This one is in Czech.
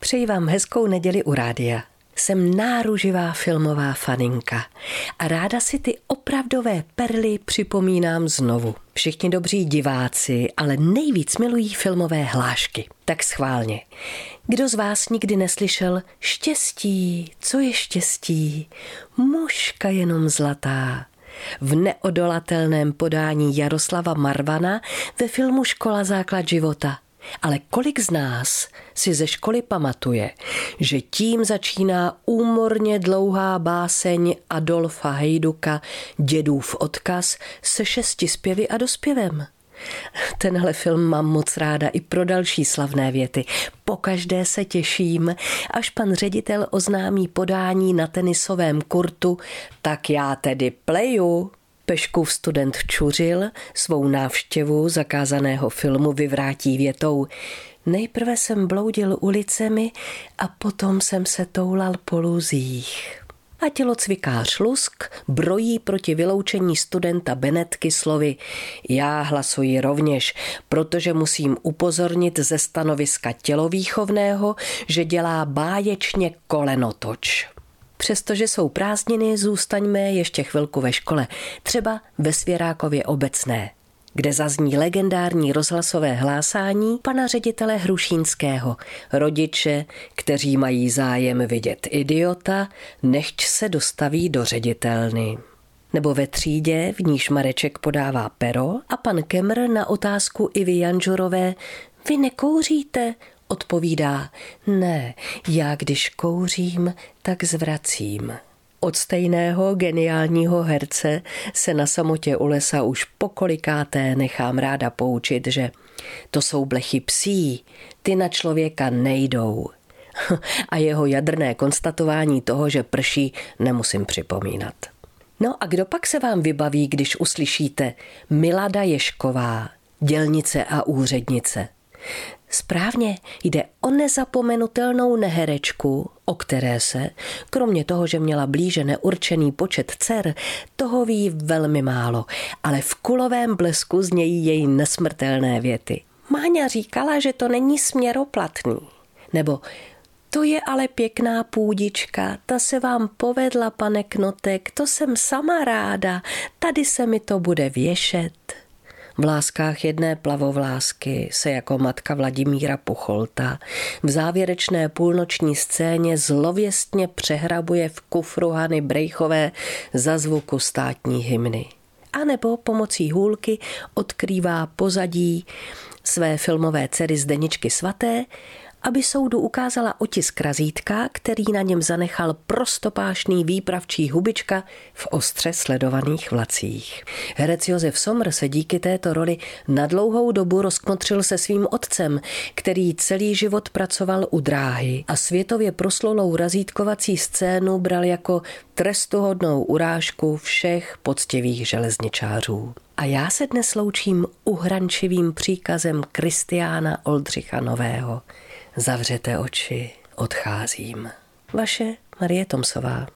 Přeji vám hezkou neděli u rádia. Jsem náruživá filmová faninka a ráda si ty opravdové perly připomínám znovu. Všichni dobří diváci, ale nejvíc milují filmové hlášky. Tak schválně. Kdo z vás nikdy neslyšel štěstí, co je štěstí? Mužka jenom zlatá. V neodolatelném podání Jaroslava Marvana ve filmu Škola základ života. Ale kolik z nás si ze školy pamatuje, že tím začíná úmorně dlouhá báseň Adolfa Hejduka Dědův odkaz se 6 zpěvy a dospěvem? Tenhle film mám moc ráda i pro další slavné věty. Pokaždé se těším, až pan ředitel oznámí podání na tenisovém kurtu, tak já tedy pleju. Peškův student Čuřil svou návštěvu zakázaného filmu vyvrátí větou: nejprve jsem bloudil ulicemi a potom jsem se toulal po lůzích. A tělocvikář Lusk brojí proti vyloučení studenta Benetky slovy: já hlasuji rovněž, protože musím upozornit ze stanoviska tělovýchovného, že dělá báječně kolenotoč. Přestože jsou prázdniny, zůstaňme ještě chvilku ve škole, třeba ve Svěrákově obecné, kde zazní legendární rozhlasové hlásání pana ředitele Hrušínského. Rodiče, kteří mají zájem vidět idiota, nechť se dostaví do ředitelny. Nebo ve třídě, v níž Mareček podává pero a pan Kemr na otázku Ivy Janžurové: vy nekouříte? Odpovídá: ne, já když kouřím, tak zvracím. Od stejného geniálního herce se na samotě u lesa už pokolikáté nechám ráda poučit, že to jsou blechy psí, ty na člověka nejdou. A jeho jadrné konstatování toho, že prší, nemusím připomínat. No a kdo pak se vám vybaví, když uslyšíte Milada Ježková, dělnice a úřednice? Správně, jde o nezapomenutelnou neherečku, o které se, kromě toho, že měla blíže neurčený počet dcer, toho ví velmi málo, ale v kulovém blesku znějí její nesmrtelné věty. Máňa říkala, že to není směroplatný. Nebo to je ale pěkná půdička, ta se vám povedla, pane Knotek, to jsem sama ráda, tady se mi to bude věšet. V Láskách jedné plavovlásky se jako matka Vladimíra Pucholta v závěrečné půlnoční scéně zlověstně přehrabuje v kufru Hany Brejchové za zvuku státní hymny. A nebo pomocí hůlky odkrývá pozadí své filmové dcery Zdeničky Svaté, aby soudu ukázala otisk razítka, který na něm zanechal prostopášný výpravčí hubička v ostře sledovaných vlacích. Herec Josef Somr se díky této roli na dlouhou dobu rozkmotřil se svým otcem, který celý život pracoval u dráhy a světově proslulou razítkovací scénu bral jako trestuhodnou urážku všech poctivých železničářů. A já se dnes loučím uhrančivým příkazem Kristiána Oldřicha Nového. Zavřete oči, odcházím. Vaše Marie Tomsová.